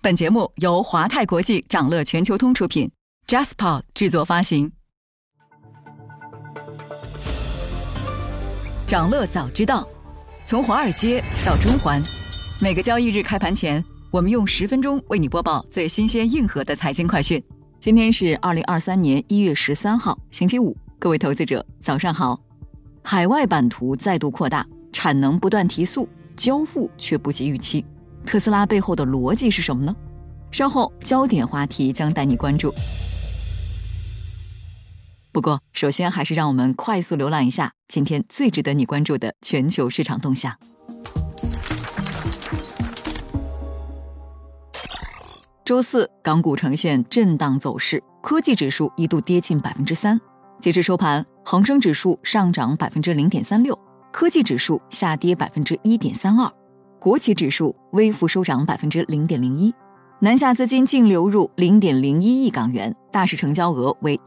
本节目由华泰国际掌乐全球通出品 ，JustPod 制作发行。掌乐早知道，从华尔街到中环，每个交易日开盘前，我们用10分钟为你播报最新鲜硬核的财经快讯。今天是2023年1月13号，星期五，各位投资者早上好。海外版图再度扩大，产能不断提速，交付却不及预期。特斯拉背后的逻辑是什么呢？稍后焦点话题将带你关注。不过首先还是让我们快速浏览一下今天最值得你关注的全球市场动向。周四港股呈现震荡走势，科技指数一度跌近 3%， 截至收盘，恒生指数上涨 0.36%， 科技指数下跌 1.32%，国企指数微幅收涨 0.01%， 南下资金净流入 0.01 亿港元，大市成交额为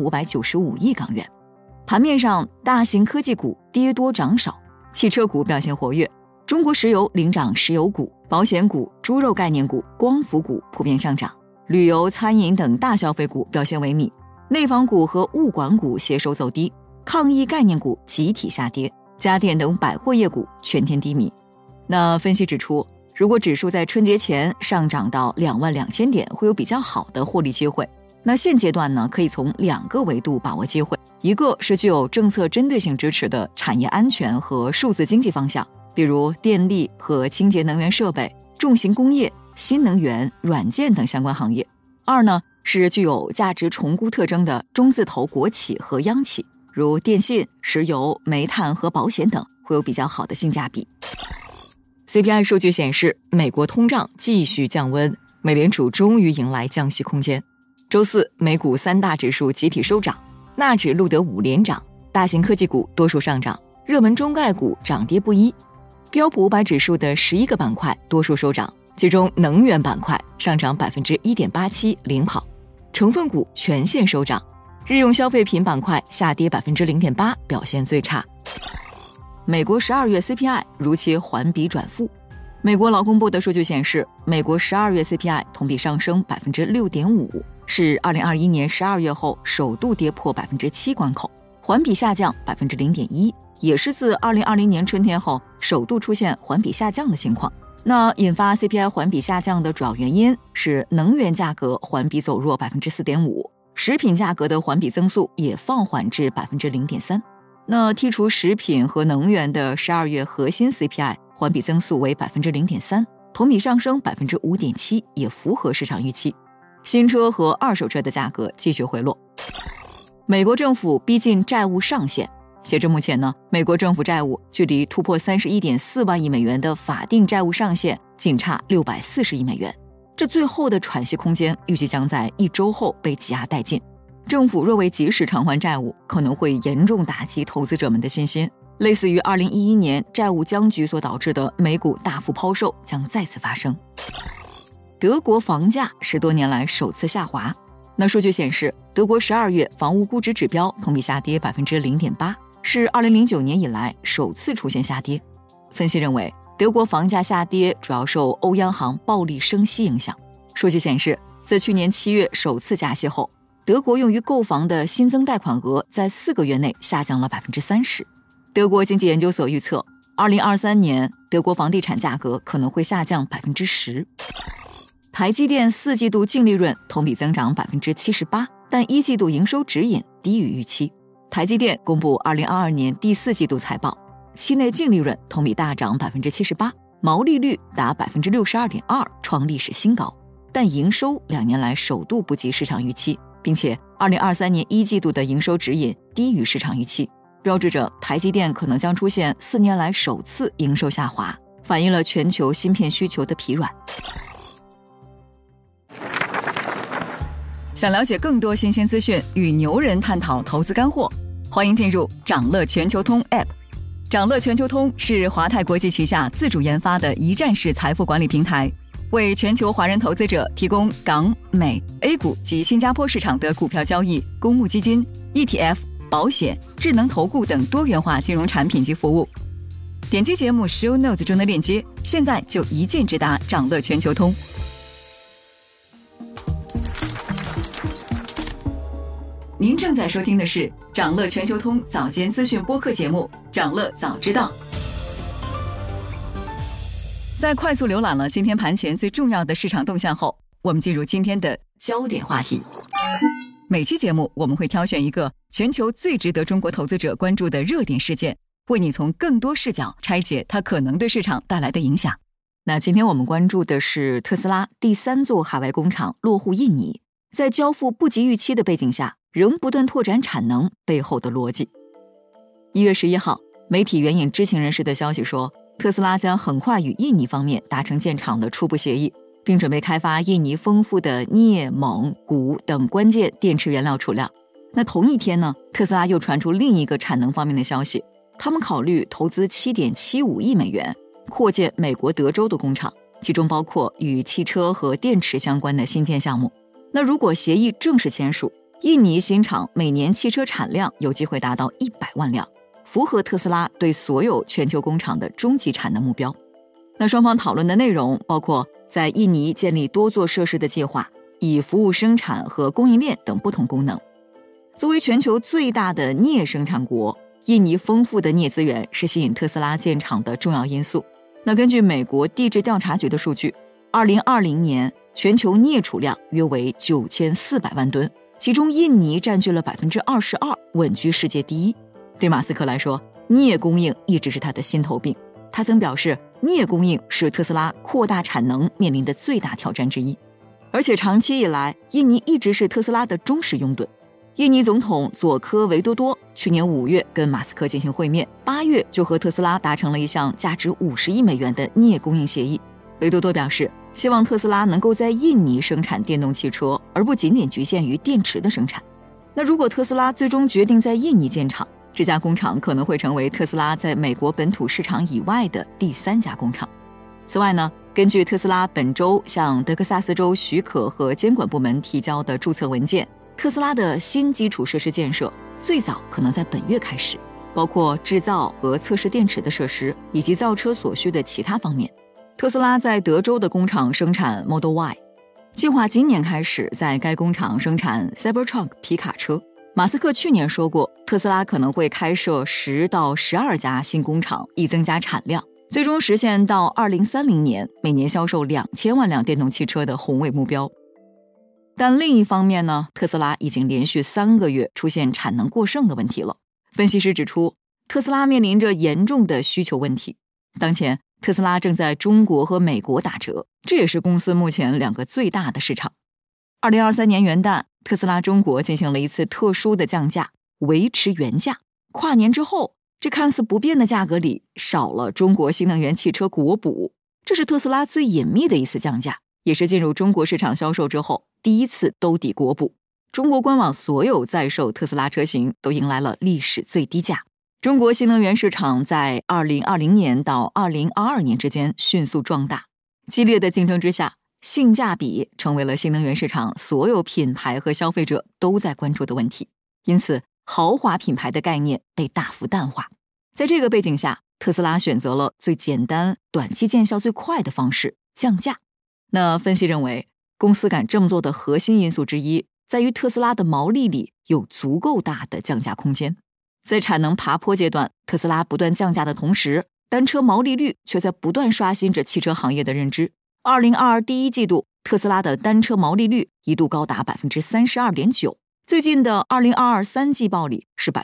1595亿港元。盘面上，大型科技股跌多涨少，汽车股表现活跃，中国石油领涨石油股，保险股、猪肉概念股、光伏股普遍上涨，旅游、餐饮等大消费股表现萎靡，内房股和物管股携手走低，抗疫概念股集体下跌，家电等百货业股全天低迷。那分析指出，如果指数在春节前上涨到22000点，会有比较好的获利机会。那现阶段呢，可以从2个维度把握机会，一个是具有政策针对性支持的产业安全和数字经济方向，比如电力和清洁能源设备、重型工业、新能源、软件等相关行业。二呢，是具有价值重估特征的中字头国企和央企，如电信、石油、煤炭和保险等，会有比较好的性价比。CPI 数据显示，美国通胀继续降温，美联储终于迎来降息空间。周四，美股3大指数集体收涨，纳指录得5连涨，大型科技股多数上涨，热门中概股涨跌不一。标普500指数的11个板块多数收涨，其中能源板块上涨 1.87%， 领跑，成分股全线收涨，日用消费品板块下跌 0.8%， 表现最差。美国12月 CPI 如期环比转负。美国劳工部的数据显示，美国12月 CPI 同比上升 6.5%， 是2021年12月后首度跌破 7% 关口，环比下降 0.1%， 也是自2020年春天后首度出现环比下降的情况。那引发 CPI 环比下降的主要原因是能源价格环比走弱 4.5%， 食品价格的环比增速也放缓至 0.3%。那剔除食品和能源的12月核心 CPI 环比增速为 0.3%， 同比上升 5.7%， 也符合市场预期。新车和二手车的价格继续回落。美国政府逼近债务上限，截至目前呢，美国政府债务距离突破 31.4 万亿美元的法定债务上限仅差640亿美元，这最后的喘息空间预计将在1周后被挤压殆尽。政府若未及时偿还债务，可能会严重打击投资者们的信心，类似于2011年债务僵局所导致的美股大幅抛售将再次发生。德国房价10多年来首次下滑。那数据显示，德国12月房屋估值指标同比下跌 0.8%， 是2009年以来首次出现下跌。分析认为，德国房价下跌主要受欧央行暴力升息影响。数据显示，自去年7月首次加息后，德国用于购房的新增贷款额在4个月内下降了 30%。 德国经济研究所预测，2023年德国房地产价格可能会下降 10%。 台积电4季度净利润同比增长 78%， 但1季度营收指引低于预期。台积电公布2022年第4季度财报，期内净利润同比大涨 78%， 毛利率达 62.2%， 创历史新高，但营收2年来首度不及市场预期，并且2023年1季度的营收指引低于市场预期，标志着台积电可能将出现4年来首次营收下滑，反映了全球芯片需求的疲软。想了解更多新鲜资讯，与牛人探讨投资干货，欢迎进入掌乐全球通 App。 掌乐全球通是华泰国际旗下自主研发的一站式财富管理平台，为全球华人投资者提供港、美、A 股及新加坡市场的股票交易、公募基金、ETF、保险、智能投顾等多元化金融产品及服务。点击节目 Show Notes 中的链接，现在就一键直达掌乐全球通。 您正在收听的是长乐全球通早间资讯播客节目《长乐早知道》。在快速浏览了今天盘前最重要的市场动向后，我们进入今天的焦点话题。每期节目我们会挑选一个全球最值得中国投资者关注的热点事件，为你从更多视角拆解它可能对市场带来的影响。那今天我们关注的是特斯拉第3座海外工厂落户印尼，在交付不及预期的背景下，仍不断拓展产能背后的逻辑。1月11号，媒体援引知情人士的消息说，特斯拉将很快与印尼方面达成建厂的初步协议，并准备开发印尼丰富的镍、锰、钴等关键电池原料储量。那同一天呢，特斯拉又传出另一个产能方面的消息，他们考虑投资7.75亿美元扩建美国德州的工厂，其中包括与汽车和电池相关的新建项目。那如果协议正式签署，印尼新厂每年汽车产量有机会达到100万辆，符合特斯拉对所有全球工厂的终极产能目标。那双方讨论的内容包括在印尼建立多座设施的计划，以服务生产和供应链等不同功能。作为全球最大的镍生产国，印尼丰富的镍资源是吸引特斯拉建厂的重要因素。那根据美国地质调查局的数据，2020年全球镍储量约为9400万吨，其中印尼占据了 22%， 稳居世界第一。对马斯克来说，镍供应一直是他的心头病。他曾表示，镍供应是特斯拉扩大产能面临的最大挑战之一。而且长期以来，印尼一直是特斯拉的忠实拥趸。印尼总统佐科维多多去年5月跟马斯克进行会面，8月就和特斯拉达成了一项价值50亿美元的镍供应协议。维多多表示，希望特斯拉能够在印尼生产电动汽车，而不仅仅局限于电池的生产。那如果特斯拉最终决定在印尼建厂，这家工厂可能会成为特斯拉在美国本土市场以外的第3家工厂。此外呢，根据特斯拉本周向德克萨斯州许可和监管部门提交的注册文件，特斯拉的新基础设施建设最早可能在本月开始，包括制造和测试电池的设施，以及造车所需的其他方面。特斯拉在德州的工厂生产 Model Y， 计划今年开始在该工厂生产 Cybertruck 皮卡车。马斯克去年说过，特斯拉可能会开设10到12家新工厂，以增加产量，最终实现到2030年每年销售2000万辆电动汽车的宏伟目标。但另一方面呢，特斯拉已经连续3个月出现产能过剩的问题了。分析师指出，特斯拉面临着严重的需求问题。当前，特斯拉正在中国和美国打折，这也是公司目前2个最大的市场。2023年元旦，特斯拉中国进行了一次特殊的降价，维持原价。跨年之后，这看似不变的价格里少了中国新能源汽车国补，这是特斯拉最隐秘的一次降价，也是进入中国市场销售之后第一次兜底国补。中国官网所有在售特斯拉车型都迎来了历史最低价。中国新能源市场在2020年到2022年之间迅速壮大，激烈的竞争之下，性价比成为了新能源市场所有品牌和消费者都在关注的问题。因此，豪华品牌的概念被大幅淡化。在这个背景下，特斯拉选择了最简单、短期见效最快的方式——降价。那分析认为，公司敢这么做的核心因素之一，在于特斯拉的毛利里有足够大的降价空间。在产能爬坡阶段，特斯拉不断降价的同时，单车毛利率却在不断刷新着汽车行业的认知。2022第一季度，特斯拉的单车毛利率一度高达 32.9%， 最近的2022三季报里是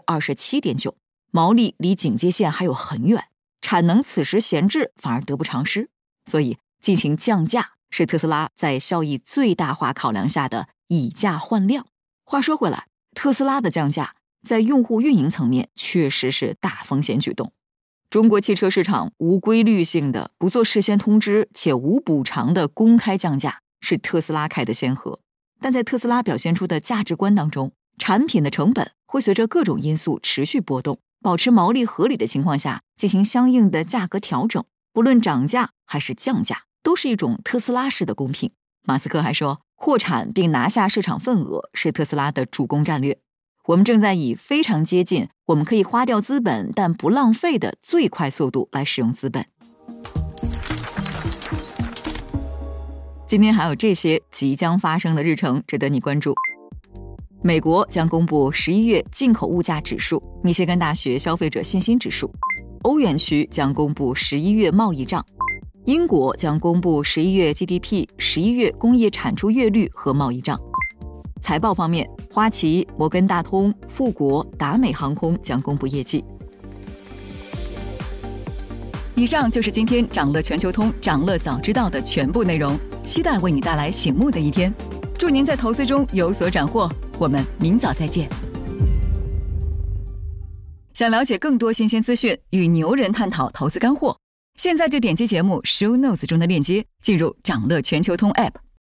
27.9%， 毛利离警戒线还有很远，产能此时闲置反而得不偿失。所以进行降价是特斯拉在效益最大化考量下的以价换量。话说回来，特斯拉的降价在用户运营层面确实是大风险举动。中国汽车市场无规律性的、不做事先通知且无补偿的公开降价是特斯拉开的先河，但在特斯拉表现出的价值观当中，产品的成本会随着各种因素持续波动，保持毛利合理的情况下进行相应的价格调整，不论涨价还是降价，都是一种特斯拉式的公平。马斯克还说，扩产并拿下市场份额是特斯拉的主攻战略。我们正在以非常接近我们可以花掉资本但不浪费的最快速度来使用资本。今天还有这些即将发生的日程值得你关注。 美国将公布11月进口物价指数，密歇根大学消费者信心指数。欧元区将公布11月贸易账。英国将公布11月 GDP、11月工业产出月率和贸易账。财报方面，花旗、摩根大通、富国、达美航空将公布业绩。以上就是今天掌乐全球通掌乐早知道的全部内容，期待为你带来醒目的一天。祝您在投资中有所斩获，我们明早再见。想了解更多新鲜资讯，与牛人探讨投资干货，现在就点击节目 Show Notes 中的链接，进入掌乐全球通 App。